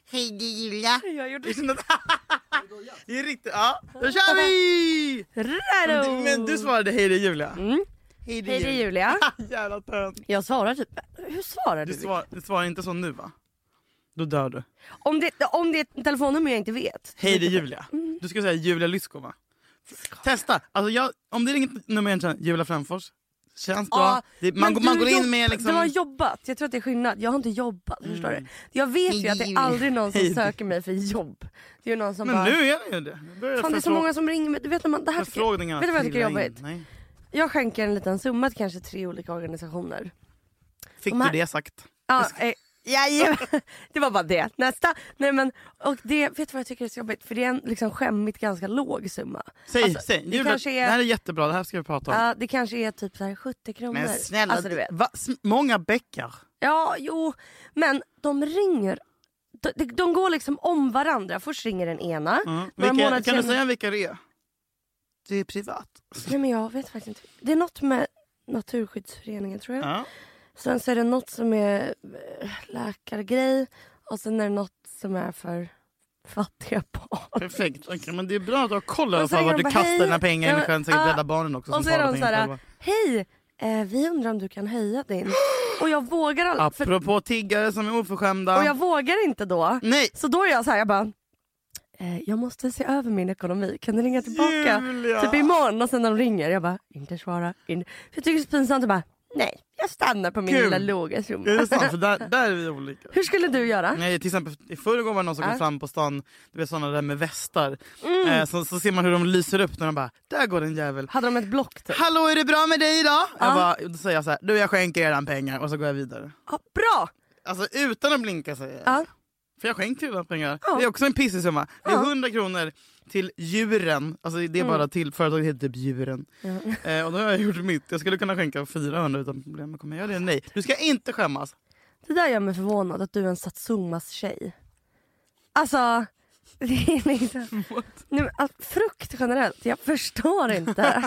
Hej det Julia. Jag gjorde Det är riktigt, ja. Då kör vi! Men du svarade hej det Julia. Hej det Julia. Jävla tönt. Jag svarar typ, hur svarar du? Du svarar inte så nu va? Då dör du. Om det är ett telefonnummer jag inte vet. Hej det Julia. Du ska säga Julia Lyskova. Testa, alltså om det är inget nummer jag känner, Julia Frändfors. Känns bra. Man går in med liksom... Du har jobbat, jag tror att det är skillnad. Jag har inte jobbat, förstår du? Jag vet ju att det är aldrig någon som söker mig för jobb. Det är någon som men bara... nu är det ju det. Fan, det är så många som ringer mig. Du vet när man... Det här vet du vad jag tycker är jobbigt? Nej. Jag skänker en liten summa till kanske 3 olika organisationer. Fick du det sagt? Ja, det var bara det. Nästa. Nej, men, och det, vet du vad jag tycker är så jobbigt? För det är en liksom skämmigt ganska låg summa. Säg. Det, kanske är, det här är jättebra, det här ska vi prata om. Ja, det kanske är typ så här 70 kronor. Men snälla, alltså, du vet. Många bäckar. Ja, jo. Men de ringer. De går liksom om varandra. Först ringer den ena. Kan du säga vilka det är? Det är privat. Nej, men jag vet faktiskt inte. Det är något med Naturskyddsföreningen, tror jag. Ja. Sen så är det något som är läkargrej. Och sen är det något som är för fattiga barn. Perfekt. Okay, men det är bra att du har koll på var du kastar dina pengar. Du kan säkert rädda barnen också. Och så är de så här, hej, vi undrar om du kan höja din. Och jag vågar aldrig. Apropå tiggare som är oförskämda. Och jag vågar inte då. Nej. Så då är jag så här, jag bara... jag måste se över min ekonomi. Kan du ringa tillbaka? Julia. Typ imorgon. Och sen när de ringer, jag bara, inte svara. För jag tycker det är så pinsamt att bara, nej, jag stannar på min lilla låga summa. Är det sant? För där är vi olika. Hur skulle du göra? Nej, till exempel i förrgår var någon som kom fram på stan. Du vet sådana där med västar. Så ser man hur de lyser upp när de bara, där går en jävel. Hade de ett block typ? Hallå, är det bra med dig idag? Då säger jag så här, du jag skänker redan pengar. Och så går jag vidare. Bra! Alltså utan att blinka säger jag. För jag skänker redan pengar. Det är också en pissig summa. Det är 100 kronor till djuren. Alltså det är bara till företaget heter typ djuren. Och då har jag gjort mitt. Jag skulle kunna skänka 400 utan problem. Kommer jag göra det? Nej. Du ska inte skämmas. Det där gör mig förvånad att du är en Satsumas tjej. Alltså, det är liksom... Nej, men, frukt generellt, jag förstår inte.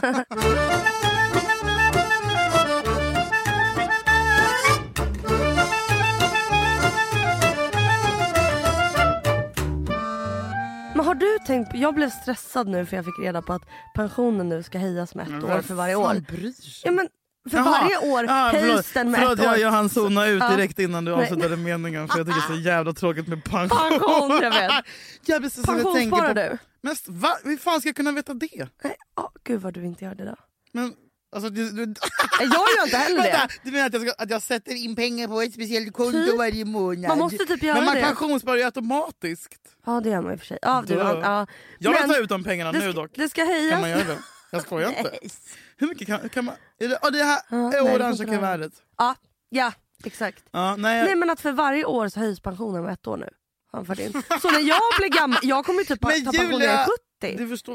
Men har du tänkt, jag blev stressad nu för jag fick reda på att pensionen nu ska höjas med 1 år för varje år. Ja, men för varje år höjs den med 1 år. Jag hann zona ut direkt innan du avslutade meningen. För jag tycker det är så jävla tråkigt med pension. Jag vet. Pensionssparar du? Men hur fan ska jag kunna veta det? Nej, gud vad du inte gör det då. Men alltså, jag gör inte heller det. Du menar att jag sätter in pengar på ett speciellt konto varje månad? Man måste typ göra det. Men man det. Pensionssparar ju automatiskt. Ja, det gör man i och för sig. Jag vill ta ut de pengarna nu dock. Det ska höjas. Kan man göra det? Jag skojar inte. Hur mycket kan man... det här är orangea kuvertet. Ja, exakt. Nej, men att för varje år så höjs pensionen med 1 år nu. Så när jag blir gammal, jag kommer typ ta pension när jag är 70. Du förstår...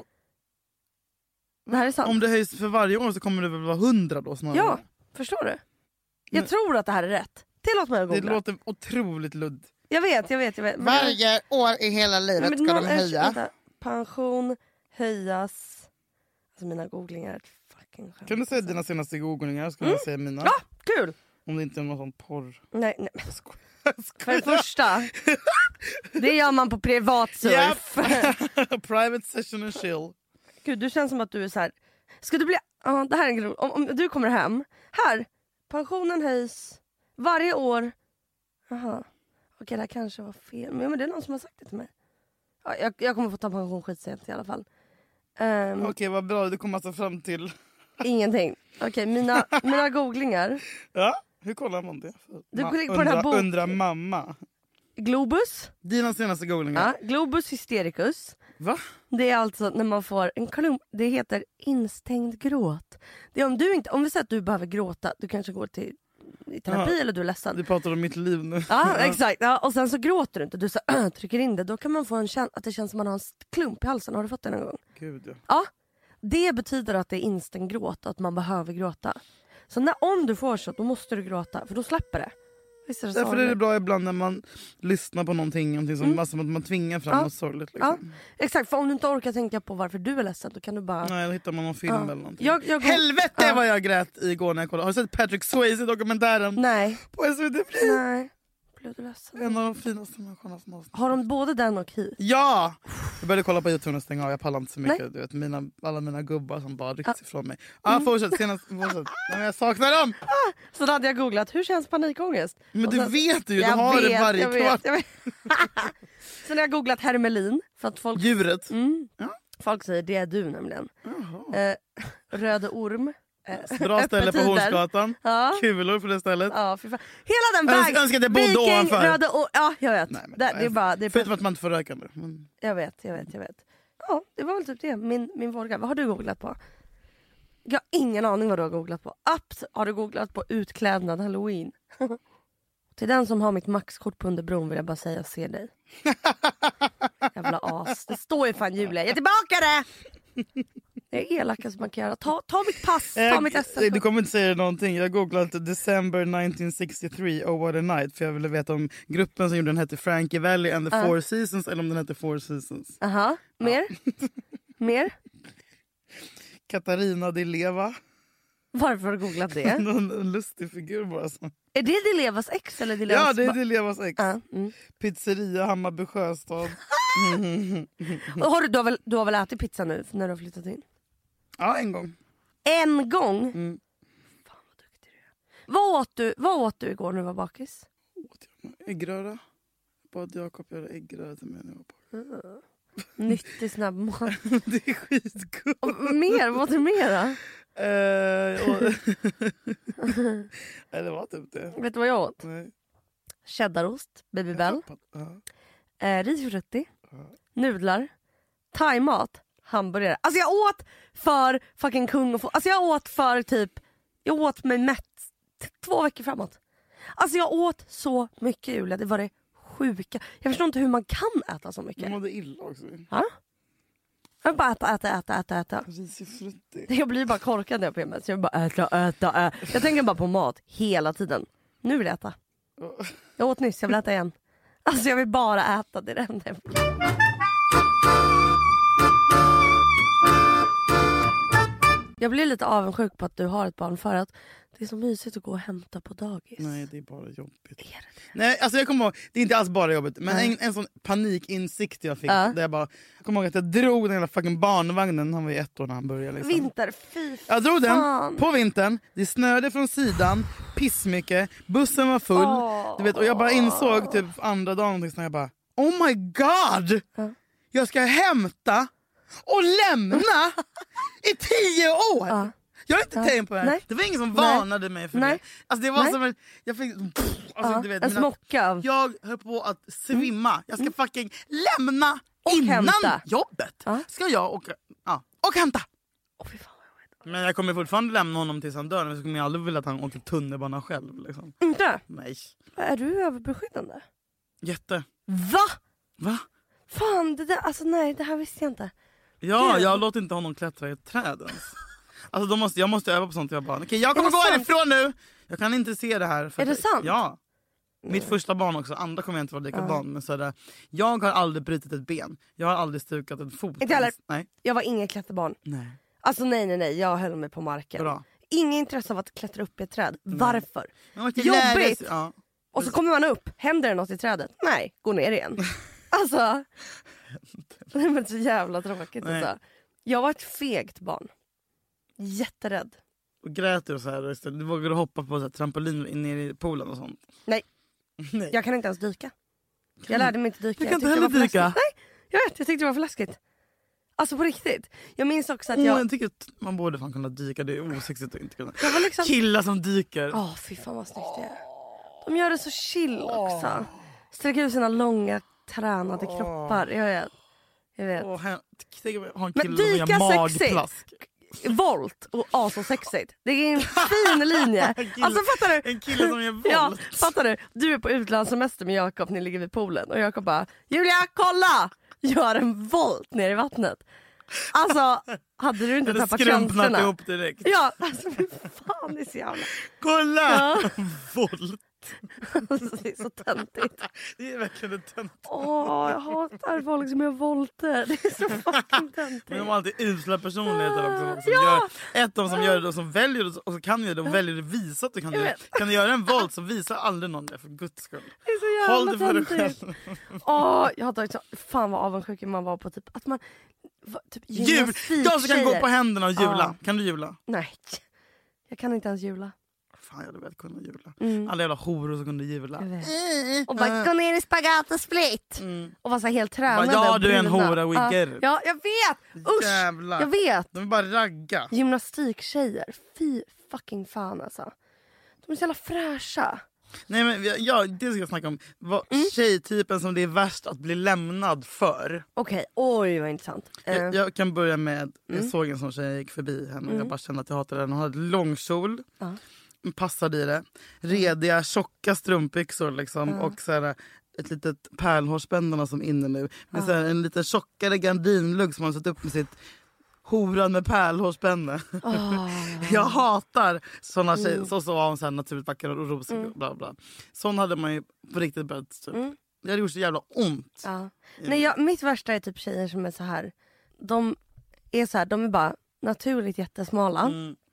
Det här är sant. Om det höjs för varje år så kommer det väl vara 100 då snarare? Ja, förstår du? Jag tror att det här är rätt. Tillåt mig att googla. Det låter otroligt ludd. Jag vet. Varje år i hela livet ska de höja. Pension höjas. Alltså mina googlingar är ett fucking skämt. Kan du säga dina senaste googlingar? Ska jag säga mina? Ja, kul! Om det inte är någon sån porr. Nej. För det första, det gör man på privatsurf. Yep. Private session and chill. Gud, du känns som att du är så här. Ska du bli... det här är en grej. Om du kommer hem. Här, pensionen höjs varje år. Jaha. Okej, det här kanske var fel. Men det är någon som har sagt det till mig. Ja, jag kommer få ta pension skitsent i alla fall. Okej, vad bra. Du kommer alltså fram till... Ingenting. Okej, mina googlingar. Ja, hur kollar man det? Du kollar på den här boken. Undrar mamma. Globus. Dina senaste googlingar. Ja, Globus hystericus. Va? Det är alltså när man får en klump. Det heter instängd gråt. Det är om vi säger att du behöver gråta. Du kanske går i terapi eller du är ledsen. Du pratar om mitt liv nu. Ja, exakt. Ja, och sen så gråter du inte. Du så, trycker in det. Då kan man få att det känns som man har en klump i halsen. Har du fått det någon gång? Gud, ja. Ja. Det betyder att det är instängd gråt. Att man behöver gråta. Så om du får så, då måste du gråta. För då släpper det. Därför är det bra ibland när man lyssnar på någonting som att man tvingar fram något sorgligt. Liksom. Ja, exakt, för om du inte orkar tänka på varför du är ledsen, då kan du bara... Nej, då hittar man någon film eller någonting. Helvete vad jag grät igår när jag kollade. Har du sett Patrick Swayze-dokumentären? Nej. På SVT Play? Nej. blev du ledsen? En av de finaste människorna som har de både den och hi? Ja! Jag började kolla på YouTube och stänga av. Jag pallar inte så mycket. Du vet, alla mina gubbar som bara rycks ifrån mig. Fortsätt. Nej, men jag saknar dem! Så då hade jag googlat, hur känns panikångest? Men du vet ju, du har det varje kvart. Sen har jag googlat hermelin. För att folk... Djuret? Folk säger det är du nämligen. Röde orm. Bra ställe på Hornsgatan. Kulor på det stället. Ja, hela den vägen. Önskar att jag bodde ovanför. Röda ja, jag vet. Nej, det är bara, det är förutom att man inte får röka nu. Jag vet. Ja, det var väl typ det. Min fråga. Vad har du googlat på? Jag har ingen aning vad du har googlat på. Har du googlat på utklädnad Halloween? Till den som har mitt maxkort på Underbron vill jag bara säga, se dig. Jävla as. Det står ju fan Julia. Jag är tillbaka det! Det är elakast man kan göra. Ta mitt pass, ta mitt SS. Du kommer inte säga någonting. Jag har googlat December 1963, Oh What a Night. För jag ville veta om gruppen som gjorde den hette Frankie Valli and the Four Seasons eller om den hette Four Seasons. Mer? Katarina Di Leva. Varför har du googlat det? En lustig figur bara. Så. Är det Di Levas ex eller Di Levas? Ja, det är Di Levas ex. Pizzeria Hammarby Sjöstad. Du har väl ätit pizza nu när du har flyttat in? Ja, en gång. En gång? Fan vad duktig du är. Vad åt du igår när du var bakis? Äggröra. Bad Jakob göra äggröra till mig när jag var bakis. Nyttig snabbmat. Det är skitgott. Vad åt du mer då? Nej, det var typ det. Vet du vad jag åt? Nej. Cheddarost, Babybel, risfrutti, nudlar, thaimat, hamburgare. Alltså jag åt för fucking kung och alltså jag åt mig mätt 2 veckor framåt. Alltså jag åt så mycket, Julia. Det var det sjuka. Jag förstår inte hur man kan äta så mycket. Jag mådde illa också. Ja? Jag bara äta. Risfrutti. Jag blir bara korkad när jag PMS. Jag bara äta. Jag tänker bara på mat hela tiden. Nu vill jag äta. Jag åt nyss, jag vill äta igen. Alltså jag vill bara äta, det är det enda jag vill. Jag blir lite avundsjuk på att du har ett barn för att det är så mysigt att gå och hämta på dagis. Nej, det är bara jobbigt. Är det? Nej, alltså jag kommer ihåg, det är inte alls bara jobbigt. Men en sån panikinsikt jag fick. Där jag kommer ihåg att jag drog den hela fucking barnvagnen. Han var ju 1 år när han började. Liksom. Vinter, fy fan. Jag drog den på vintern. Det snöade från sidan. Pissmycket. Bussen var full. Du vet, och jag bara insåg typ andra dagen när jag bara, oh my god! Jag ska hämta och lämna i 10 år! Jag har inte tänkt på det här. Nej. Det var ingen som varnade mig för det. Alltså det var som jag fick du vet, en smocka. Jag höll på att svimma. Jag ska fucking lämna och innan hämta. Jobbet. Ska jag och hämta. Fy fan, men jag kommer fortfarande lämna honom tills han dör. Men så kommer jag aldrig vilja att han åker tunnelbana själv liksom. Inte? Nej. Är du överbeskyddande? Jätte. Va? Fan, det där, alltså nej, det här visste jag inte. Ja, jag låter inte honom klättra i ett träd ens. Alltså jag måste öva på sånt. Jag bara, okej, jag kommer gå härifrån nu. Jag kan inte se det här. Är det sant? Ja. Mitt första barn också. Andra kommer jag inte vara likadan. Men sådär, jag har aldrig brutit ett ben. Jag har aldrig stukat en fot. Inte heller. Nej. Jag var ingen klätterbarn. Nej. Alltså nej. Jag höll mig på marken. Bra. Ingen intresse av att klättra upp i ett träd. Nej. Varför? Jobbigt. Ja. Och så kommer man upp. Händer det något i trädet? Nej, gå ner igen. Alltså. Det är så jävla tråkigt. Alltså. Jag var ett fegt barn. Jätterädd. Och grät du så här? Du vågade hoppa på så här, trampolin ner i poolen och sånt? Nej. Jag kan inte ens dyka. Jag lärde mig inte dyka. Du kan inte heller dyka? Nej, jag tyckte det var för läskigt. Alltså på riktigt. Jag minns också att jag tycker att man borde fan kunna dyka. Det är osexigt att inte kunna. Liksom... Killar som dyker. Fy fan vad snyggt det är. De gör det så chill också. Sträcker ut sina långa tränade kroppar. Jag vet. Ha en kille som gör magplask. Volt och så sexigt. Det är en fin linje. Alltså fattar du? En kille som gör volt. Ja, fattar du? Du är på utlandssemester med Jakob, ni ligger vid poolen och Jakob bara, Julia, kolla! Gör en volt ner i vattnet. Alltså, hade du inte tappat känslorna? Ihop direkt. Ja, alltså fan det är så jävla... Kolla! Ja. Volt. Alltså, det är så töntigt. Det är verkligen töntigt. Jag hatar folk som gör volter. Det är så fucking töntigt. Men de har alltid usla personligheter också. Ja. Ett av dem som gör det och som väljer och så kan göra det och väljer att visa att du kan göra det. Kan du göra en volt så visar aldrig någon det för guds skull. Det är så jävla håll det för dig själv. Jag hatar också, fan vad avundsjuk man var på typ att man typ jag som kan gå på händerna och jula. Kan du jula? Nej, jag kan inte ens jula. Fan, jag hade väl kunnat jula. Alla jävla horor som kunde jula. Och bara gå ner i spagat och split. Och var så helt tränade. Ja, du är en hora, Wigger. Ja, jag vet. Usch, jävlar. Jag vet. De är bara ragga. Gymnastiktjejer. Fy fucking fan alltså. De är så jävla fräscha. Nej men det ska jag snacka om. Tjejtypen som det är värst att bli lämnad för. Okej, oj vad intressant. Jag kan börja med, jag såg en sån tjej, jag gick förbi henne och jag bara kände att jag hatade den. Hon hade långkjol, passade i det, rediga tjocka strumpbyxor liksom, och så här, ett litet pärlhårspändarna som inne nu. Men så här, en lite tjockare gardinlugg som hon satt upp med sitt horan med pärlhårspänne. Jag hatar såna tjejer. Så var hon så här naturligt vacker och rosig. Bla bla. Sån hade man ju på riktigt börjat typ. Det hade gjort så jävla ont. Nej, mitt värsta är typ tjejer som är så här. De är bara naturligt jättesmala.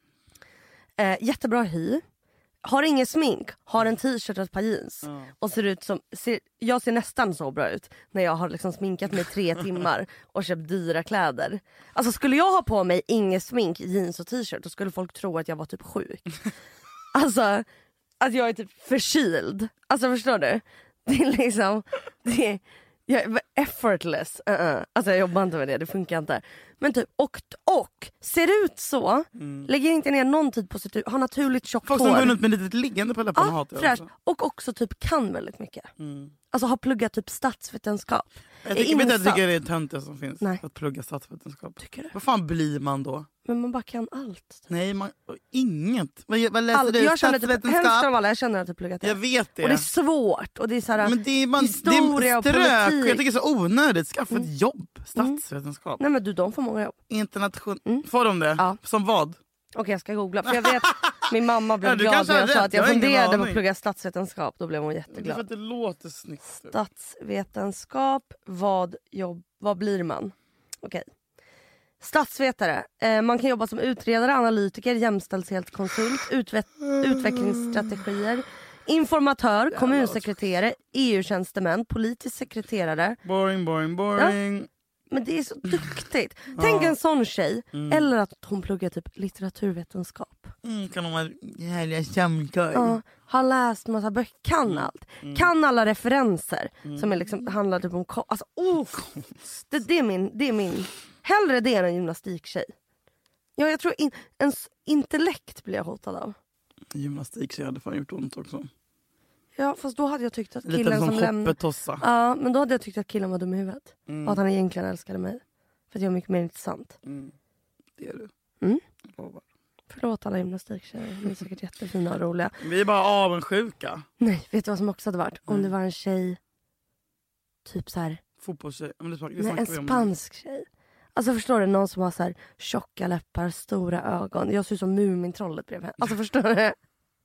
Jättebra hy. Har ingen smink, har en t-shirt och ett par jeans. Och ser ut som, jag ser nästan så bra ut när jag har liksom sminkat mig 3 timmar och köpt dyra kläder. Alltså skulle jag ha på mig inget smink, jeans och t-shirt, då skulle folk tro att jag var typ sjuk. Alltså att jag är typ förkyld. Alltså förstår du? Det är liksom jag är effortless. Alltså jag jobbar inte med det funkar inte. Men typ och ser ut så. Lägger inte ner någon tid på sitt har naturligt tjockt hår. Folk som går ut med lite liggande på läpparna hatar jag också. Och också typ kan väldigt mycket. Alltså har pluggat typ statsvetenskap. Jag tycker det är töntigt som finns. Nej. Att plugga statsvetenskap. Tycker du? Vad fan blir man då? Men man bara kan allt. Typ. Nej, inget. Vad läser du? Jag känner typ hälften av alla jag känner att jag pluggat det. Jag vet det. Och det är svårt. Och det är så här, men det är historia och politik. Jag tycker det är så onödigt. Skaffa ett jobb. Statsvetenskap. Nej men de får många jobb. Får de det? Ja. Som vad? Okej, jag ska googla. För jag vet, min mamma blev glad när jag sa att jag funderade på att plugga statsvetenskap. Då blev hon jätteglad. Det är för att det låter snyggt. Statsvetenskap, vad blir man? Okej. Statsvetare. Man kan jobba som utredare, analytiker, jämställdhetskonsult, utvecklingsstrategier, informatör, kommunsekreterare, EU-tjänstemän, politisk sekreterare. Boring. Ja. Men det är så duktigt. Tänk en sån tjej. Eller att hon pluggar typ litteraturvetenskap. Kan de ha härliga samtal. Har läst massa böcker. Kan allt. Kan alla referenser. Som är liksom, handlar typ om alltså, det är min. Hellre det än en gymnastiktjej. Ja, jag tror ens intellekt blir jag hotad av. Gymnastiktjej hade fan gjort ont också. Ja, fast då hade jag tyckt att killen som lämnade... Ja, men då hade jag tyckt att killen var dum i huvudet. Och att han egentligen älskade mig. För att jag är mycket mer intressant. Det är du. Förlåt alla gymnastiktjejer. De är säkert jättefina och roliga. Vi är bara avundsjuka. Nej, vet du vad som också hade varit? Om det var en tjej... Typ så här... Fotbollstjej. En spansk tjej. Alltså förstår du? Någon som har så här tjocka läppar, stora ögon. Jag ser ut som Mumintrollet bredvid henne. Alltså förstår du?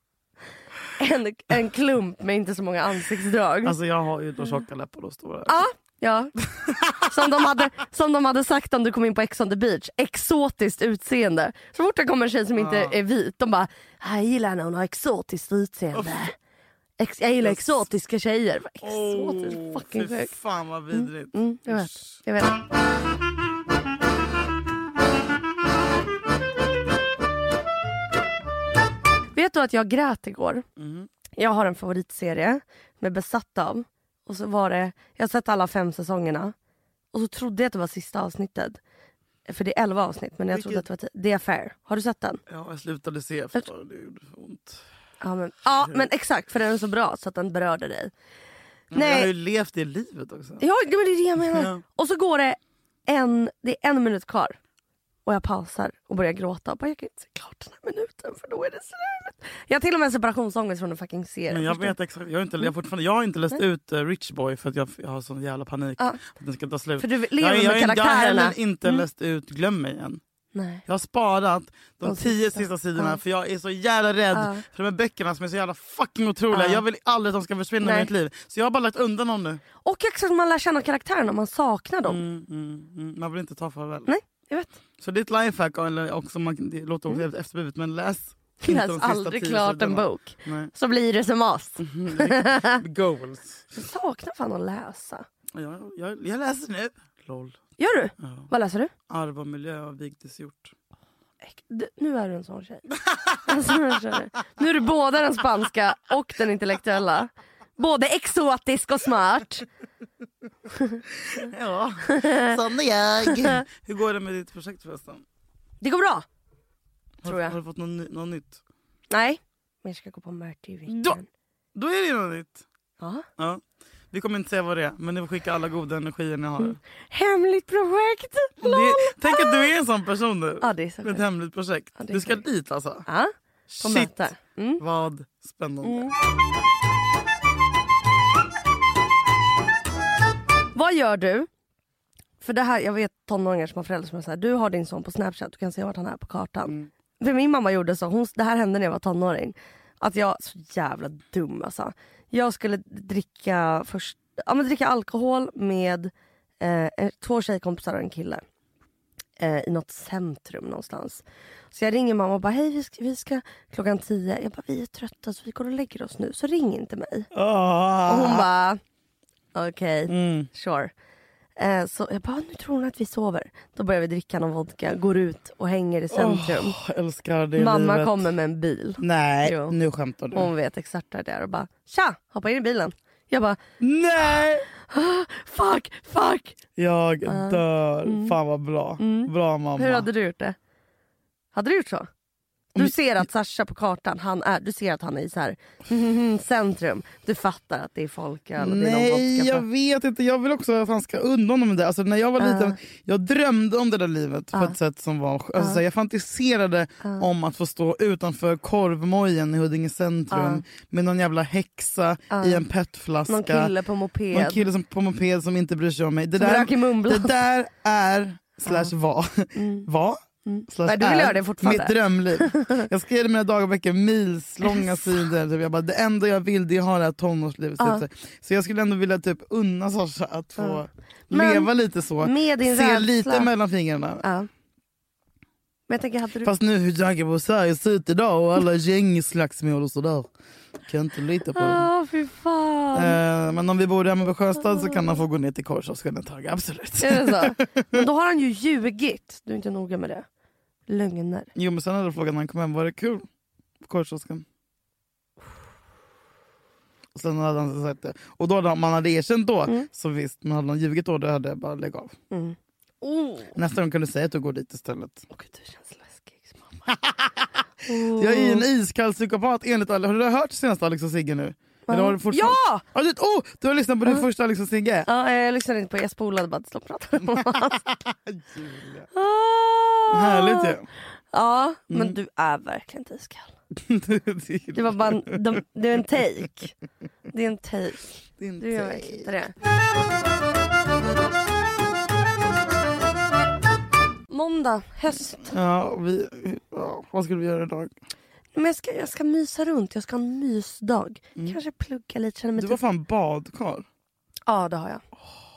En klump med inte så många ansiktsdrag. Alltså jag har ju då tjocka läppar och stora. Ja. Som de hade sagt om du kom in på Ex on the Beach. Exotiskt utseende. Så fort det kommer en tjej som inte är vit. De bara, jag gillar när hon har exotiskt utseende. Jag gillar exotiska tjejer. Exotiskt, fucking sjukt. Fan vad vidrigt. Jag vet. Vet du att jag grät igår? Jag har en favoritserie med besatt av. Och så var det, jag har sett alla 5 säsongerna. Och så trodde jag att det var sista avsnittet. För det är 11 avsnitt, men jag trodde att det var 10. The Affair. Har du sett den? Ja, jag slutade se efter det gjorde ont. Men exakt, för den är så bra så att den berörde dig. Nej. Jag har ju levt det livet också. Ja, men det är det jag menar. Ja. Och så går det en minut kvar. Och jag pausar och börjar gråta. Och bara, jag kan inte se klart den här minuten för då är det slut. Jag har till och med separationsångest från att fucking se det. Men jag vet exakt. Jag har inte läst ut Rich Boy för att jag har sån jävla panik att den ska ta slut. För du lever med karaktärerna. Jag har heller inte läst ut Glöm mig än. Nej. Jag har sparat de 10 sista sidorna för jag är så jävla rädd för de här böckerna som är så jävla fucking otroliga. Jag vill aldrig att de ska försvinna i mitt liv. Så jag har bara lagt undan dem nu. Och exakt man lär känna karaktärerna, man saknar dem. Man vill inte ta farväl. Nej, jag vet. Så ditt lifehack, eller också det låter också efterblivet, men läs aldrig klart en bok. Nej. Så blir det som oss. Goals. Jag saknar fan att läsa. Jag läser nu. Lol. Gör du? Ja. Vad läser du? Arv och miljö av Vigdis Hjort. Nu är du en sån tjej. Nu är du både den spanska och den intellektuella. Både exotisk och smart. Ja, sån är jag. Hur går det med ditt projekt förresten? Det går bra. Tror jag. Har du fått något nytt? Nej, men jag ska gå på Märti i veckan. Då är det något nytt. Ja. Vi kommer inte säga vad det är, men ni får skicka alla goda energier ni har. Hemligt projekt! Tänk att du är en sån person nu. Ja, det är så med ett hemligt projekt. Ja, du ska dit alltså. Ja, på möte. Vad spännande. Vad gör du? För det här, jag vet tonåringar som har föräldrar som säger du har din son på Snapchat, du kan se vart han är på kartan. För min mamma gjorde så, det här hände när jag var tonåring. Att jag, så jävla dum alltså. Jag skulle dricka alkohol med 2 tjejkompisar och en kille. I något centrum någonstans. Så jag ringer mamma och bara, hej vi ska 10:00. Jag bara, vi är trötta så vi går och lägger oss nu. Så ring inte mig. Och hon bara, okej, sure. Så jag bara, nu tror hon att vi sover. Då börjar vi dricka någon vodka, går ut och hänger i centrum. Älskar det mamma livet. kommer med en bil. Nej, nu skämtar du. Hon vet exakt där det är och bara, tja, hoppa in i bilen. Jag bara, nej! Fuck! Jag dör. Fan vad bra. Bra mamma. Hur hade du gjort det? Hade du gjort så? Du ser att Sasha på kartan, du ser att han är i så här centrum. Du fattar att det är folk. Nej, jag vet inte. Jag vill också att han ska undan om det. Alltså, när jag var liten, jag drömde om det där livet på ett sätt som var... Alltså, så jag fantiserade om att få stå utanför korvmojen i Huddinge centrum med någon jävla häxa i en petflaska. Någon kille på moped. Någon kille på moped som inte bryr sig om mig. Det där är var Nej, du vill göra det fortfarande. Mitt drömliv. Jag skrev mina dagböcker milslånga sidor. Jag bara, det enda jag vill det är att ha det här tonårslivet. Så jag skulle ändå vilja typ unna Sasha att få leva lite så. Med din se rädsla. lite mellan fingrarna. Men jag tänker, hade du... Fast nu hur jag på Sverige ser ut idag och alla gängslagsmål och sådär. Kan inte lita på dem. Fy fan. Men om vi bor hemma vid Sjöstad så kan han få gå ner till Korskiosk ett tag. Absolut. Är det så? Men då har han ju ljugit. Du är inte noga med det. Lögner. Jo, men sen hade jag frågat när han kom hem, var det kul på Korskiosken? Och sen hade han sagt det. Och då hade man hade erkänt då, så visst. Men hade han ljugit då hade jag bara lägga av. Nästa gång kan du säga att du går dit istället. Du känns läskig, mamma. Jag är en iskall psykopat enligt alla. Har du hört senaste Alex och Sigge nu? Eller har du ja! Du har lyssnat på din första Alex och Sigge? Ja, jag lyssnade inte på. Jag spolade bara att prata om Härligt ju. Ja, men du är verkligen inte iskall. Det var bara det är en take. Det är en take. Du gör verkligen inte det. Måndag, höst. Ja, vad skulle vi göra idag? Men jag ska mysa runt. Jag ska ha en mysdag. Kanske plugga lite. Känna mig du var fan badkar. Ja, det har jag.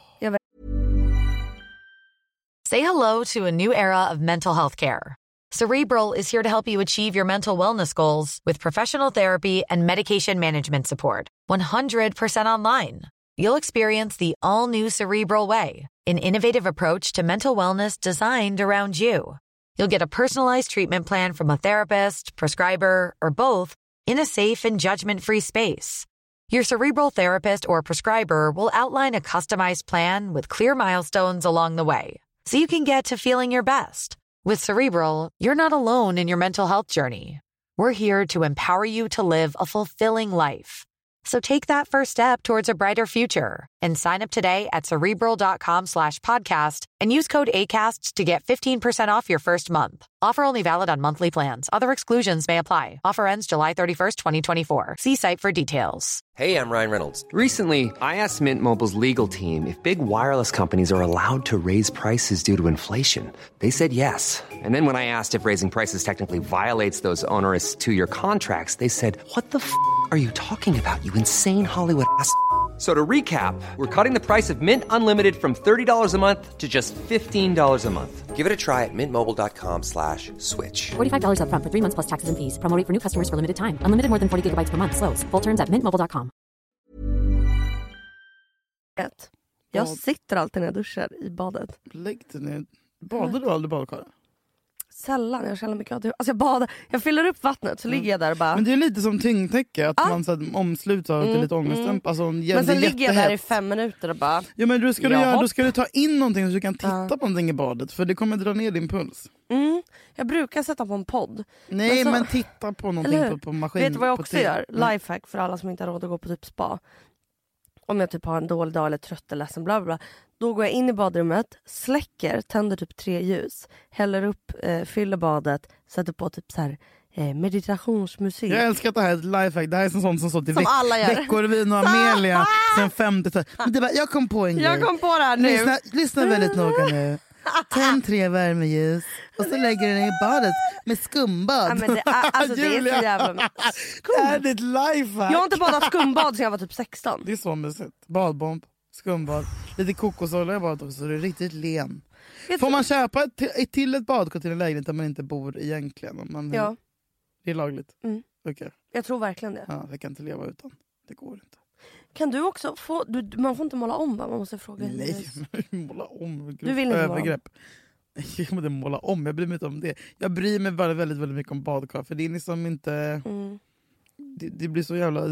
Say hello to a new era of mental health care. Cerebral is here to help you achieve your mental wellness goals with professional therapy and medication management support. 100% online. You'll experience the all-new Cerebral way, an innovative approach to mental wellness designed around you. You'll get a personalized treatment plan from a therapist, prescriber, or both in a safe and judgment-free space. Your Cerebral therapist or prescriber will outline a customized plan with clear milestones along the way, so you can get to feeling your best. With Cerebral, you're not alone in your mental health journey. We're here to empower you to live a fulfilling life. So take that first step towards a brighter future and sign up today at Cerebral.com/podcast and use code ACAST to get 15% off your first month. Offer only valid on monthly plans. Other exclusions may apply. Offer ends July 31st, 2024. See site for details. Hey, I'm Ryan Reynolds. Recently, I asked Mint Mobile's legal team if big wireless companies are allowed to raise prices due to inflation. They said yes. And then when I asked if raising prices technically violates those onerous 2-year contracts, they said, "What the f*** are you talking about, you insane Hollywood ass?" So to recap, we're cutting the price of Mint Unlimited from $30 a month to just $15 a month. Give it a try at mintmobile.com/switch. $45 up front for 3 months plus taxes and fees. Promo rate for new customers for limited time. Unlimited more than 40 gigabytes per month. Slows full terms at mintmobile.com. Jag sitter alltid när jag duschar i badet. Lägg dig ner. Badar du aldrig badkar? Sällan, jag känner mycket. Alltså jag badar, jag fyller upp vattnet så ligger jag där och bara... Men det är lite som tyngdtäcke, att man så här, omsluts av lite ångestdämp. Alltså, men sen ligger jag där i 5 minuter och bara... Ja, men då ska du ta in någonting så du kan titta på någonting i badet. För det kommer dra ner din puls. Jag brukar sätta på en podd. Nej, men titta på någonting på maskin. Vet du vad jag också gör? Lifehack för alla som inte har råd att gå på typ spa. Om jag typ har en dålig dag eller trött eller ledsen, bla bla. Då går jag in i badrummet, släcker, tänder typ 3 ljus, häller upp, fyller badet, sätter på typ så här meditationsmusik. Jag älskar att det här är ett lifehack. Det här är sånt som till Veckorevyn och Amelia sen 50. Men det var, jag kom på en grej. Jag kom på det här nu. Lyssna väldigt noga nu. Tänd 3 värmeljus och så lägger du den i badet med skumbad. Ja, men det är så jävla... Det är ditt lifehack. Jag har inte badat skumbad sedan jag var typ 16. Det är så mysigt. Badbomb, skumbad, lite kokosolja i badet också så det är riktigt len. Får man köpa till ett badkar till en lägenhet där man inte bor egentligen? Ja. Det är lagligt? Okay. Jag tror verkligen det. Ja, jag kan inte leva utan. Det går inte. Kan du också få... man får inte måla om, va? Man måste fråga. Nej, måla om. Du vill inte övergrepp. Jag måste måla om, jag bryr mig inte om det. Jag bryr mig väldigt, väldigt, väldigt mycket om badkar. För det är liksom inte... Det blir så jävla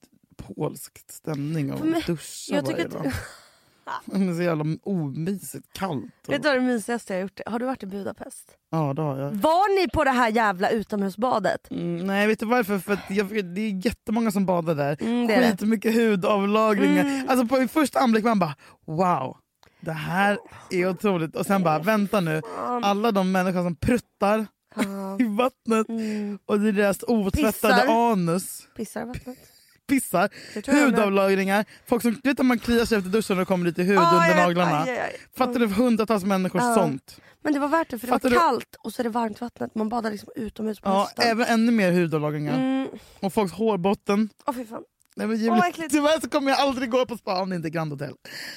polskt stämning av att duscha varje dag. Det är så jävla omysigt, kallt. Vet du vad det mysigaste jag har gjort? Har du varit i Budapest? Ja, det har jag. Var ni på det här jävla utomhusbadet? Nej, vet du varför? För att det är jättemånga som badar där. Skitmycket hudavlagringar. Alltså på första anblick man bara, wow. Det här är otroligt. Och sen bara, vänta nu. Alla de människor som pruttar i vattnet och det är deras otvättade anus. Pissar i vattnet. Pissar, hudavlagringar. Folk som vet att man kliar sig efter duschen och det kommer lite hud under naglarna. Fattar du, hundratals människor sånt. Men det var värt det för det var kallt och så är det varmt vattnet. Man badar liksom utomhus på hösten. Även ännu mer hudavlagringar. Och folks hårbotten. Fy fan. Nej, men tyvärr så kommer jag aldrig gå på spa om det inte är Grand Hotel.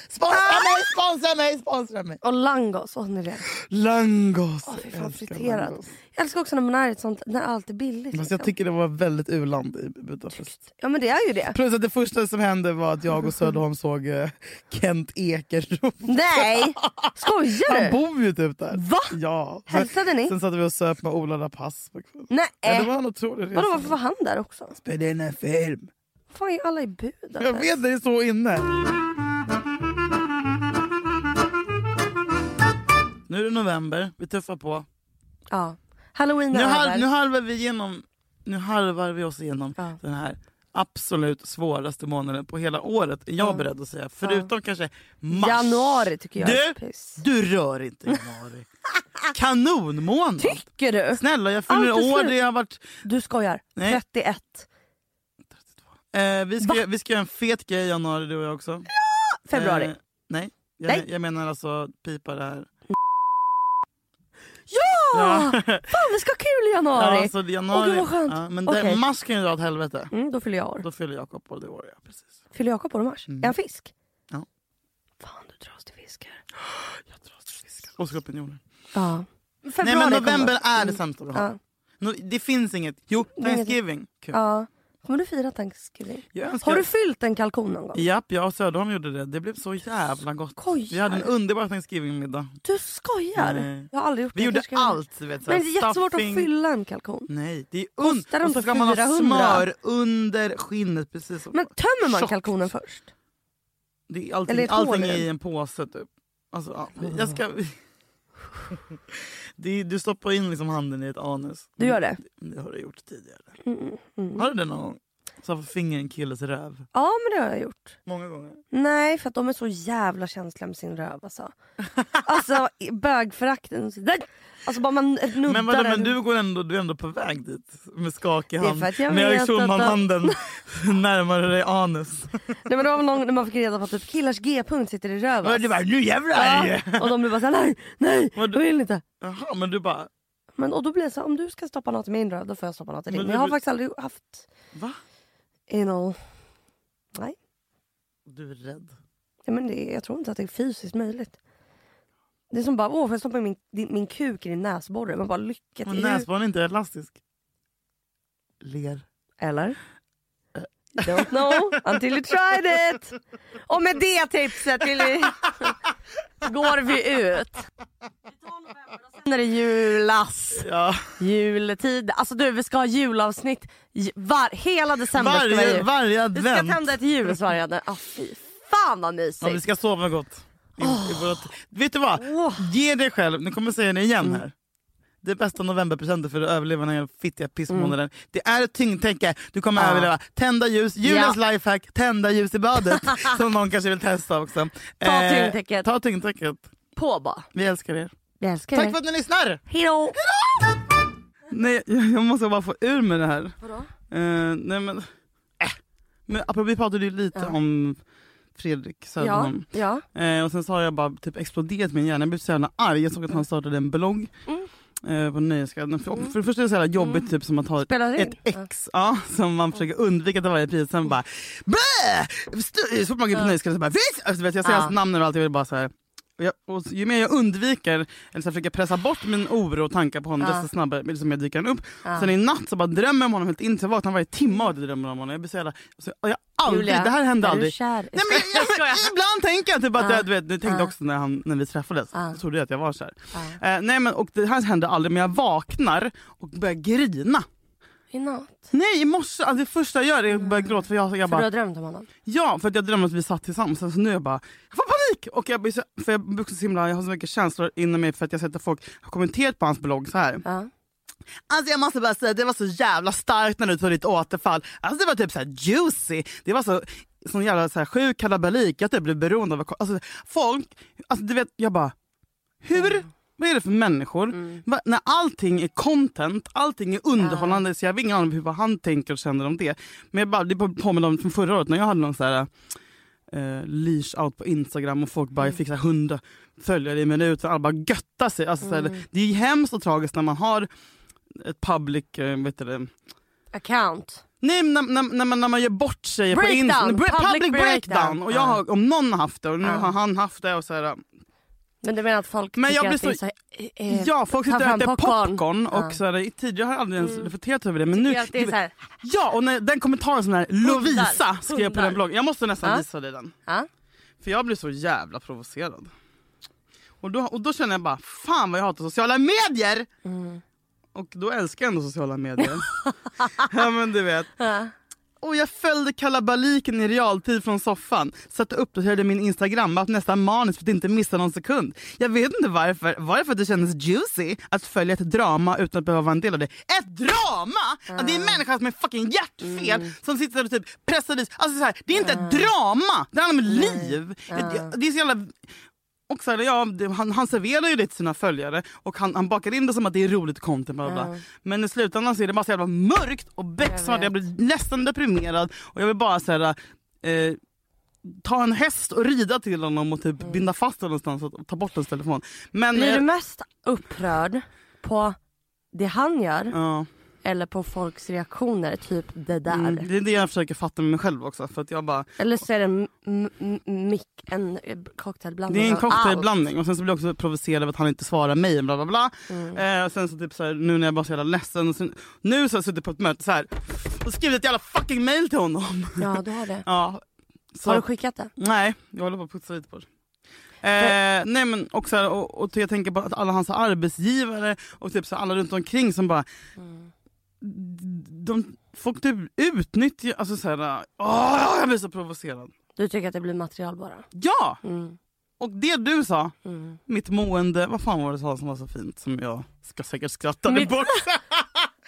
Sponsra mig. Och langos, åt ni det? Langos. Fy fan, friterat. Jag älskar också när man är ett sånt, när allt är billigt. Fast jag tycker det var väldigt u-land i Budapest. Ja, men det är ju det. Plus att det första som hände var att jag och Söderholm såg Kent Ekeroth. Nej, skojar du? Han bor ju typ där. Va? Ja. Hälsade ni? Sen satt vi och söp med Ola Rapace. Nej. Ja, det var en otrolig resa. Vadå, varför var han där också? Spelade in en film. Fan är alla i Budapest? Jag vet, det är så inne. Nu är det november, vi tuffar på. Ja. Halloween Nu halvar vi oss igenom den här absolut svåraste månaden på hela året. Är jag beredd att säga. Förutom kanske mars. Januari tycker jag. Du rör inte januari. Kanonmånad. Tycker du? Snälla, jag fyller år. Det har varit... Du skojar. Nej. 31. Vi ska göra en fet grej i januari, du och jag också. Ja! Februari. Nej. Jag menar alltså pipa det här. Ja! Fan, vi ska ha kul i januari. Ja, så januari. Gud vad skönt. Ja, men mars kan ju dra åt helvete. Då fyller jag år. Då fyller Jakob på det år, ja, precis. Fyller Jakob på mars? Är han fisk? Ja. Fan, du dras till fiskar. Jag dras till fiskar. Och skorpioner. Ja. Nej, men november är det sämsta vi har. Det finns inget. Jo, Thanksgiving. Kul. Ja. Kommer du fira Thanksgiving? Har du fyllt en kalkon någon gång? Japp, jag och Söderholm gjorde det. Det blev så jävla gott. Skojar. Vi hade en underbar Thanksgiving-middag. Du skojar? Nej. Jag har aldrig gjort det. Vi gjorde allt. Vet, men det är jättesvårt att fylla en kalkon. Nej, det är och så ska man ha smör under skinnet. Precis så. Men tömmer man kalkonen först? Det är allting i en påse typ. Alltså, jag ska... Du stoppar in liksom handen i ett anus. Du gör det? Det har du gjort tidigare. Har du det någon gång? Så får finger en killes röv. Ja, men det har jag gjort. Många gånger. Nej, för att de är så jävla känsliga med sin röv alltså. Alltså bögförakten. Alltså bara man nuddar. Men du är ändå på väg dit med skakig hand. Det är för att jag med vet att handen närmare dig anus. Nej, men det var någon när man fick reda på att typ killars G-punkt sitter i röven. Och du bara, nu jävlar! Ja, och de blev bara såhär, nej, jag vill inte. Jaha, men du bara... Men, och då blir det så, om du ska stoppa något i min röv, då får jag stoppa något i din. Men jag har faktiskt aldrig haft... Va? Nej. Du är rädd. Ja, men jag tror inte att det är fysiskt möjligt. Det är som bara, får jag stoppa min kuk i din näsborre? Man bara, lycka till. Näsborren är inte elastisk. Ler. Eller? Don't know until you tried it. Och med det tipset går vi ut. Sen är det julas. Ja. Juletid. Alltså vi ska ha julavsnitt hela december. Varje advent. Vi ska tända ett ljus varje advent. Fy fan vad mysigt. Ja, vi ska sova gott. Vet du vad? Ge dig själv, nu kommer jag säga det igen här. Det bästa novemberpresenten för att överleva den här fittiga pissmånaden. Det är ett tyngdtäcke. Du kommer överleva. Tända ljus. Julens lifehack. Tända ljus i badet. Som någon kanske vill testa också. Ta tyngdtäcket. På bara. Vi älskar er. Tack för att ni lyssnar. Hejdå. Nej, jag måste bara få ur med det här. Vadå? Nej men apropå, vi pratade ju lite om Fredrik Söderholm. Ja. Och sen så har jag bara typ exploderat min hjärna. Jag blev så jävla arg. Jag såg att han startade en blogg på Nöjesguiden. För det första är det så jävla jobbigt typ som att ha ett ex som man försöker undvika till varje pris. Sen bara så fort man går på Nöjesguiden så bara alltså, jag ser hans namn och allt. Jag vill bara så här. Och ju mer jag undviker eller så försöker pressa bort min oro och tankar på honom desto snabbare liksom jag dyker upp. Sen i natt så bara drömmer jag om honom helt in till jag vaknar varje timme och drömmer om honom. Jag blir så jävla, jag aldrig, Julia, det här hände aldrig. Nej, men ibland tänker jag typ att du tänkte också när vi träffades så trodde jag att jag var kär. Nej men och det här hände aldrig, men jag vaknar och börjar grina. I natt? Nej, i morse. Alltså det första jag gör är att börja gråta. För jag bara, du har drömt om honom? Ja, för att jag drömde att vi satt tillsammans. Så nu jag bara, jag får panik! Och jag har så mycket känslor inom mig för att jag sett att folk har kommenterat på hans blogg så här. Alltså jag måste bara säga, det var så jävla starkt när du tog ditt återfall. Alltså det var typ så här juicy. Det var sån jävla så här sjuk kalabalik. Jag typ blev beroende av folk. Alltså du vet, jag bara, hur... Vad är det för människor? När allting är content, allting är underhållande, så jag har ingen aning om vad han tänker och känner om det. Men det påminner om från förra året när jag hade någon så här leash out på Instagram och folk bara fick 100 följare i minuter och alla bara göttar sig. Alltså, så här, det är hemskt och tragiskt när man har ett public account. Nej, när man gör bort sig på Instagram. Public breakdown. Och jag har, om någon har haft det och nu har han haft det och så här. Men du menar att folk tycker att det är så ja, folk sitter och äter popcorn och så här, tidigare har jag aldrig ens reflekterat över det. Men nu, det är så här. Ja, och när den kommentaren som här Lovisa skrev på den bloggen. Jag måste nästan visa dig den. För jag blir så jävla provocerad. Och då känner jag bara, fan vad jag hatar sociala medier. Och då älskar jag ändå sociala medier. Ja men du vet. Och jag följde kalabaliken i realtid från soffan. Satte upp och hörde min Instagram att nästan manus för att inte missa någon sekund. Jag vet inte varför. Var det för att det kändes juicy att följa ett drama utan att behöva vara en del av det? Ett drama! Det är en människa som är fucking hjärtfel som sitter och typ pressar dit. Alltså så här, det är inte ett drama. Det handlar om liv. Det är så jävla... Och så här, han serverar ju det till sina följare och han bakar in det som att det är roligt content. Bla bla. Men i slutändan så är det bara så jävla mörkt och becksvart. Jag blir nästan deprimerad och jag vill bara så här, ta en häst och rida till honom och typ binda fast honom någonstans och ta bort hans telefon. Men, blir du mest upprörd på det han gör? Ja. Eller på folks reaktioner, typ det där. Det är det jag försöker fatta med mig själv också. För att jag bara... Eller så är det en cocktailblandning. Det är en cocktailblandning. Och sen så blir jag också provocerad av att han inte svarar mig. Bla bla bla. Och sen så typ så här, nu när jag bara så jävla ledsen. Och sen, nu så sitter jag på ett möte så här. Och skrivit ett jävla fucking mail till honom. Ja, du har det. Ja, så, har du skickat det? Nej, jag håller på att putsa lite på det. Nej men också och jag tänker på att alla hans arbetsgivare och typ så alla runt omkring som bara folk typ utnyttjar, alltså såhär, jag blir så provocerad. Du tycker att det blir material bara? Ja! Och det du sa, mitt mående, vad fan var det som var så fint som jag ska säkert skratta bort.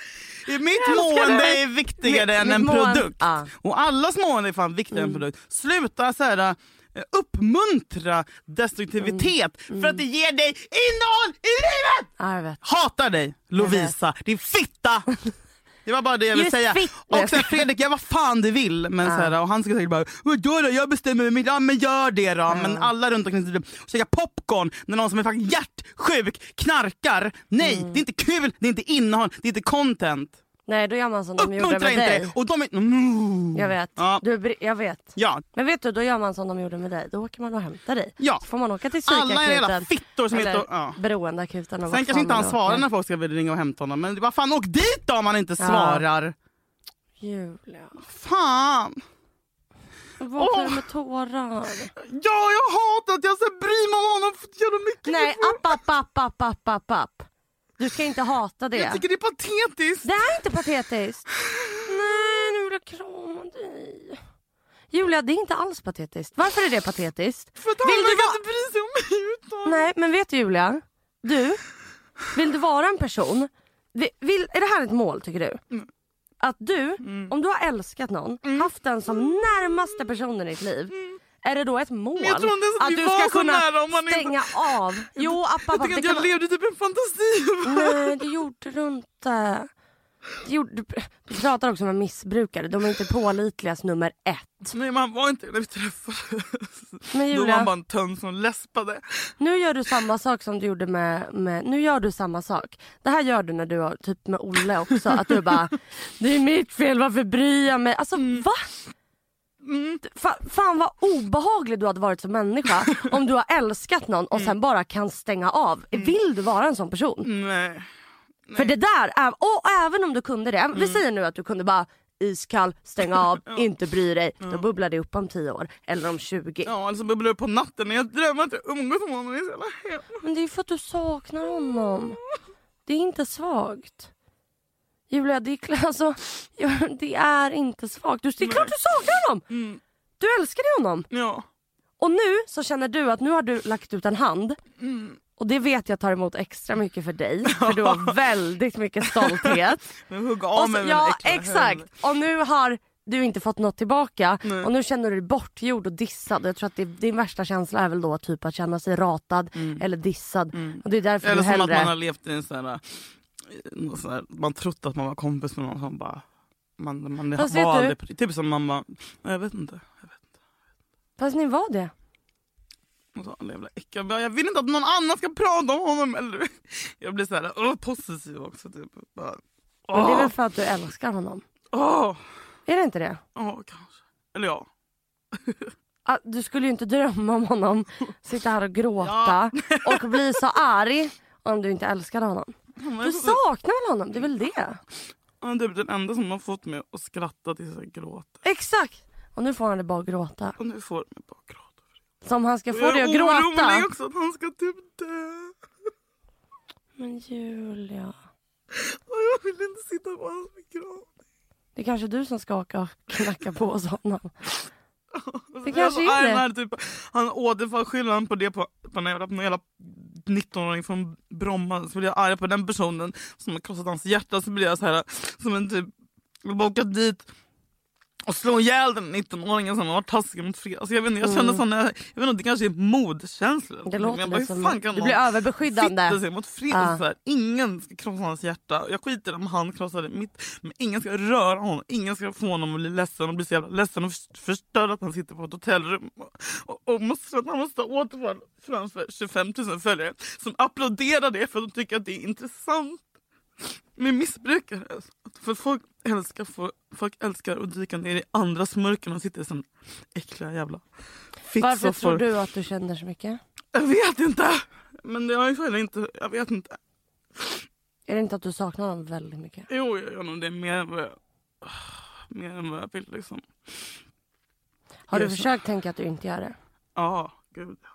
Mitt mående är viktigare än en produkt. Och allas mående är fan viktigare än en produkt. Sluta så här uppmuntra destruktivitet för att det ger dig innehåll i livet. Jag vet. Hatar dig, Lovisa. Det är fitta. Det var bara det jag ville säga. Och sen Fredrik, jag vad fan du vill. Men så här, och han ska säga bara, vadå då? Jag bestämmer mig. Ja men gör det då. Men alla runt omkring käka popcorn när någon som är faktiskt hjärtsjuk knarkar. Nej, det är inte kul, det är inte innehåll, det är inte content. Nej, då gör man som de gjorde med dig. Och de är... Jag vet. Ja. Jag vet. Ja. Men vet du, då gör man som de gjorde med dig. Då åker man och hämtar dig. Ja. Så får man åka till psykakuten. Alla är jävla fittor som eller beroendeakuten. Sen kanske inte han svarar när folk ska ringa och hämta honom. Men vad fan, åk dit då om man inte svarar. Julia. Fan. Vaknar med tårar. Ja, jag hatar att jag ska bry mig om honom för jävla mycket. Nej, app. Du ska inte hata det. Jag tycker det är patetiskt. Det är inte patetiskt. Nej, nu vill jag krama dig. Julia, det är inte alls patetiskt. Varför är det patetiskt? För att han inte bry sig om mig utan. Nej, men vet du Julia? Vill du vara en person? Är det här ett mål tycker du? Att du, om du har älskat någon, haft den som närmaste personen i ditt liv, är det då ett mål att du ska kunna stänga av? Jo, jag tycker att jag levde typ en fantasi. Nej, det gjorde du inte. Du pratar också med missbrukare. De är inte pålitligas nummer 1. Nej, man var inte när vi träffades. Men Julia, då var man bara en tönt som läspade. Nu gör du samma sak som du gjorde med... Nu gör du samma sak. Det här gör du när du har typ med Olle också. Att du bara, det är mitt fel, varför bryr jag mig? Alltså, va? Fan vad obehaglig du hade varit som människa om du har älskat någon och sen bara kan stänga av. Vill du vara en sån person? Nej. För det där, och även om du kunde det, vi säger nu att du kunde bara iskall, stänga av, inte bry dig, då bubblar det upp om 10 år eller om 20. Ja, alltså bubblar det upp på natten när jag drömmer att jag umgås med honom. Men det är för att du saknar honom. Det är inte svagt. Julia, det är inte svagt. Det är klart du saknar honom. Du älskar honom. Ja. Och nu så känner du att nu har du lagt ut en hand. Och det vet jag tar emot extra mycket för dig. För du har väldigt mycket stolthet. Hugga av mig ja, exakt. Och nu har du inte fått något tillbaka. Nej. Och nu känner du dig bortgjord och dissad. Jag tror att din värsta känsla är väl då typ att känna sig ratad eller dissad. Och det är därför eller du hellre... som att man har levt i en sån här, man trott att man var kompis med någon som bara... Man var aldrig... Typ som mamma... Jag vet inte. Fast ni var det. Jag vill inte att någon annan ska prata om honom. Eller, jag blir så här possessiv också. Typ. Bara, men det är väl för att du älskar honom? Är det inte det? Ja, kanske. Eller ja. Du skulle ju inte drömma om honom. Sitta här och gråta. Och bli så arg om du inte älskar honom. Du saknar väl honom? Det är väl det? Han är typ den enda som har fått mig att skratta tills jag gråter. Exakt. Och nu får han det bara gråta. Och nu får han det bara gråta. Som han ska få dig att gråta. Jag är också att han ska typ dö. Men Julia. Jag vill inte sitta på hans begravning. Det är kanske du som ska åka och knacka på hos honom. Det kanske är det. Typ, han återfallsskyllan på det på en jävla 19-åring från Bromma. Så blir jag arg på den personen som har krossat hans hjärta. Så blir jag så här som en typ, jag bara åka dit och slå ihjäl den 19-åringen som var taskig mot Fredrik. Alltså jag vet inte, jag känner sån, jag vet inte, det kanske är modkänslor. Det låter bara, som du blir överbeskyddande. Fitta sig mot Fredrik så här. Ingen ska krossa hans hjärta. Jag skiter om han krossade mitt, men ingen ska röra honom. Ingen ska få honom att bli ledsen och bli så jävla ledsen och förstöra att han sitter på ett hotellrum och han måste återfall framför 25 000 följare som applåderar det för att de tycker att det är intressant med missbrukare. För folk älskar att dyka ner i andras mörker och sitter som äckliga jävla fittsoffor. Varför tror du att du känner så mycket? Jag vet inte. Men det är ju inte. Jag vet inte. Är det inte att du saknar dem väldigt mycket? Jo, jag gör nog det mer än vad jag vill liksom. Har du försökt tänka att du inte gör det? Ja, gud ja.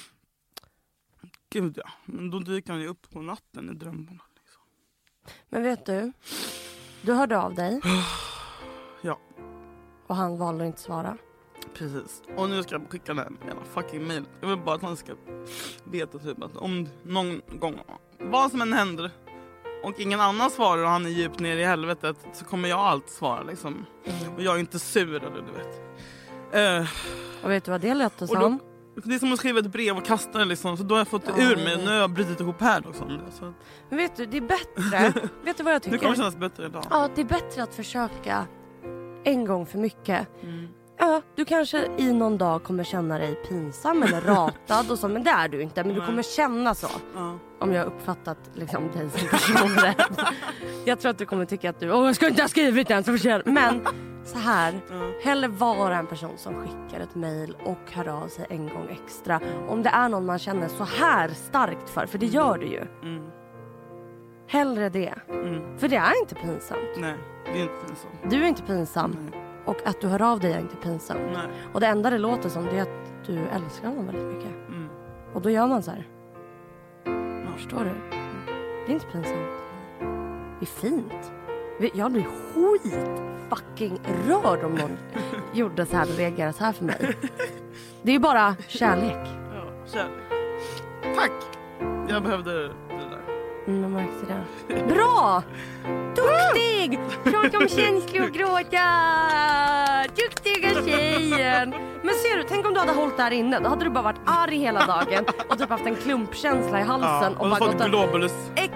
Gud ja. Men då dyker han ju upp på natten i drömmarna. Men vet du hörde av dig. Ja. Och han valde att inte svara. Precis. Och nu ska jag skicka den jävla fucking mail. Jag vill bara att han ska veta typ att om någon gång, vad som än händer, och ingen annan svarar och han är djupt ner i helvetet, så kommer jag alltid svara liksom. Och jag är inte sur eller du vet. Och vet du vad det lät som? Det är som att skriva ett brev och kasta det liksom. Så då har jag fått det ur mig. Nu har jag brutit ihop här också. Så. Men vet du, det är bättre. Vet du vad jag tycker? Det kommer kännas bättre idag. Ja, det är bättre att försöka en gång för mycket. Ja, du kanske i någon dag kommer känna dig pinsam eller ratad och så, men det är du inte. Men du kommer känna så. Om jag har uppfattat liksom dig som person rätt. Jag tror att du kommer tycka att jag ska inte ha skrivit den. Men så här, hellre vara en person som skickar ett mejl och hör av sig en gång extra. Om det är någon man känner så här starkt för det gör du ju. Hellre det. För det är inte pinsamt. Nej, det är inte pinsamt. Du är inte pinsam. Nej. Och att du hör av dig är inte pinsamt. Nej. Och det enda det låter som det är att du älskar honom väldigt mycket. Och då gör man så här. Förstår du? Det är inte pinsamt. Det är fint. Jag blir fucking rörd om någon gjorde så här och reagerade så här för mig. Det är ju bara kärlek. Ja, kärlek. Tack! Jag behövde det där. Jag märkte det. Bra! Duktig! Prata om känslor och gråta! Duktiga tjejen! Men ser du, tänk om du hade hållit där inne. Då hade du bara varit arg hela dagen och typ haft en klumpkänsla i halsen. Och bara fått globulus.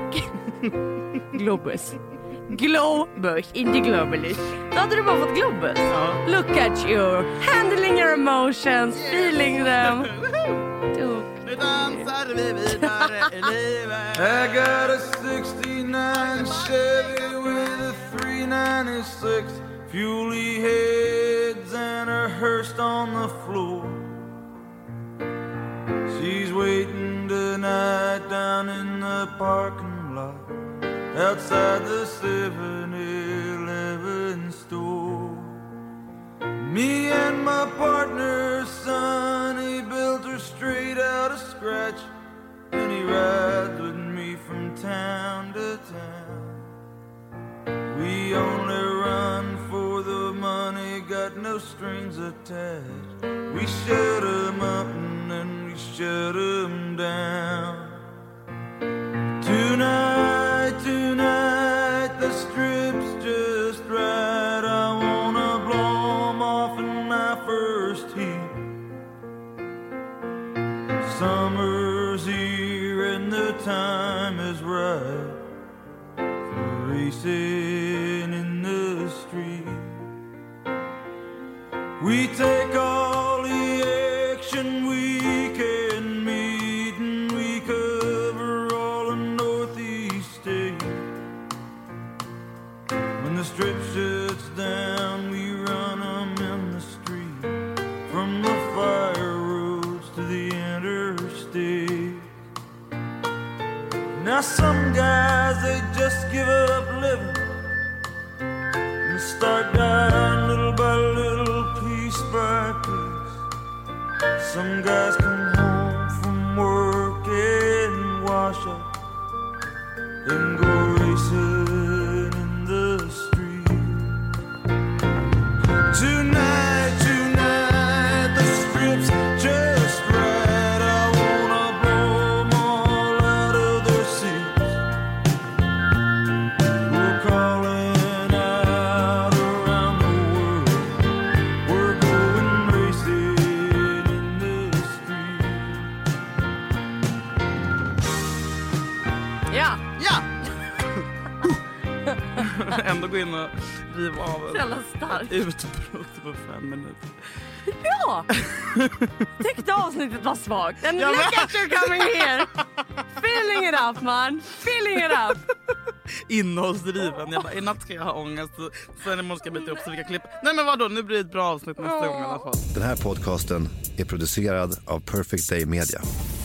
Globus, inte globulus. Då hade du bara fått globus. Look at you, handling your emotions, feeling them. Nu dansar vi vidare i livet. I got a 69 Chevy with a 396 fuely heads and a hearse on the floor. She's waiting tonight down in the parking lot outside the 7-Eleven store. Me and my partner, son, he built her straight out of scratch, and he rides with me from town to town. We only run for the money, got no strings attached. We shut 'em up and then we shut 'em down. Tonight, the strip's just right. I wanna blow 'em off in my first heat. Summer's here and the time is right for racing in the street. We take all the action we can meet, and we cover all of Northeast State. When the strip shuts down, we run 'em in the street, from the fire roads to the interstate. Now some guys, they just give up living and start dying little by little, piece by piece. Some guys come home from work and wash up and go racing in the street. Tonight, the strip's just right. I wanna blow 'em all out of their seats. We're calling out around the world. We're going racing in the street. Ja! Ändå gå in och riva av Så jävla starkt. utbrott på 5 minuter. Ja! Tyckte avsnittet var svagt. And look at you coming here! Filling it up, man! Filling it up! Innehållsdriven. Jag bara, i natt ska jag ha ångest. Sen imorgon ska jag byta upp så vi kan klippa. Nej men vadå, nu blir det ett bra avsnitt nästa gång i alla fall. Den här podcasten är producerad av Perfect Day Media.